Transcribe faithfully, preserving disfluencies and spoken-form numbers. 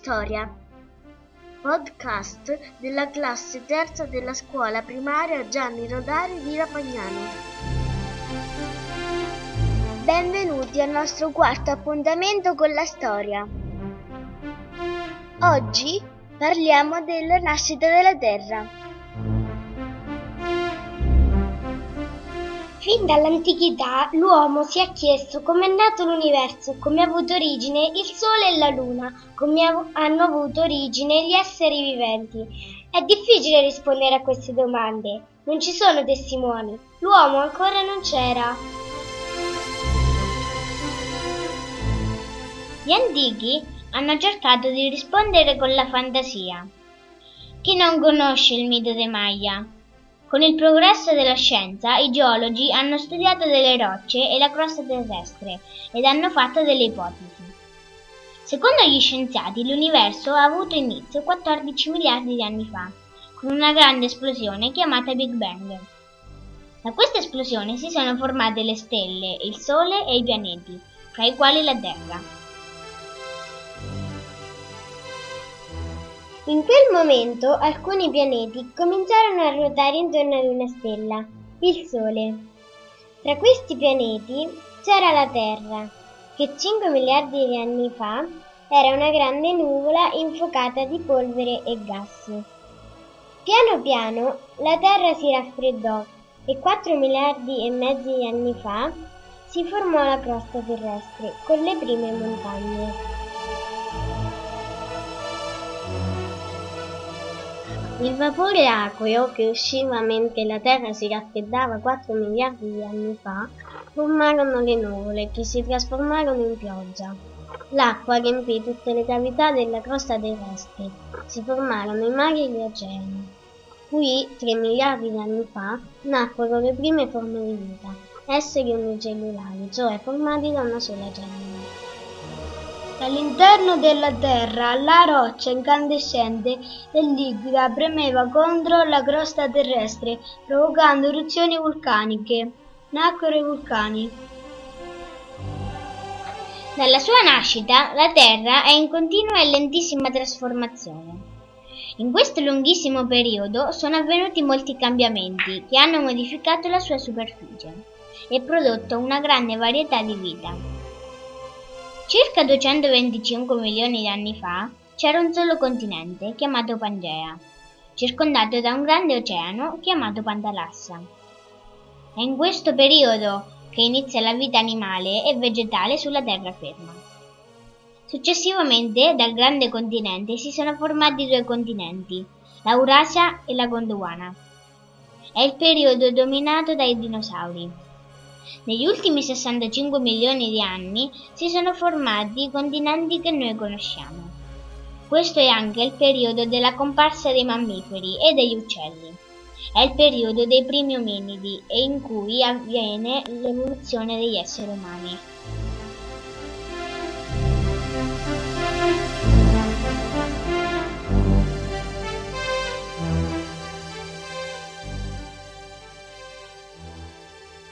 Storia, podcast della classe terza della scuola primaria Gianni Rodari di Rapagnano. Benvenuti al nostro quarto appuntamento con la storia. Oggi parliamo della nascita della Terra. Fin dall'antichità l'uomo si è chiesto come è nato l'universo, come ha avuto origine il Sole e la Luna, come hanno avuto origine gli esseri viventi. È difficile rispondere a queste domande, non ci sono testimoni, l'uomo ancora non c'era. Gli antichi hanno cercato di rispondere con la fantasia. Chi non conosce il mito dei Maya? Con il progresso della scienza, i geologi hanno studiato delle rocce e la crosta terrestre ed hanno fatto delle ipotesi. Secondo gli scienziati, l'universo ha avuto inizio quattordici miliardi di anni fa, con una grande esplosione chiamata Big Bang. Da questa esplosione si sono formate le stelle, il Sole e i pianeti, fra i quali la Terra. In quel momento alcuni pianeti cominciarono a ruotare intorno ad una stella, il Sole. Tra questi pianeti c'era la Terra, che cinque miliardi di anni fa era una grande nuvola infuocata di polvere e gas. Piano piano la Terra si raffreddò e quattro miliardi e mezzo di anni fa si formò la crosta terrestre con le prime montagne. Il vapore acqueo che usciva mentre la Terra si raffreddava quattro miliardi di anni fa formarono le nuvole che si trasformarono in pioggia. L'acqua riempì tutte le cavità della crosta terrestre, si formarono i mari e gli oceani. Qui, tre miliardi di anni fa, nacquero le prime forme di vita, esseri unicellulari, cioè formati da una sola cellula. Dall'interno della Terra la roccia incandescente e liquida premeva contro la crosta terrestre, provocando eruzioni vulcaniche. Nacquero i vulcani. Dalla sua nascita la Terra è in continua e lentissima trasformazione. In questo lunghissimo periodo sono avvenuti molti cambiamenti che hanno modificato la sua superficie e prodotto una grande varietà di vita. Circa duecentoventicinque milioni di anni fa c'era un solo continente, chiamato Pangea, circondato da un grande oceano, chiamato Pantalassa. È in questo periodo che inizia la vita animale e vegetale sulla terraferma. Successivamente, dal grande continente si sono formati due continenti, l'Eurasia e la Gondwana. È il periodo dominato dai dinosauri. Negli ultimi sessantacinque milioni di anni si sono formati i continenti che noi conosciamo. Questo è anche il periodo della comparsa dei mammiferi e degli uccelli. È il periodo dei primi ominidi e in cui avviene l'evoluzione degli esseri umani.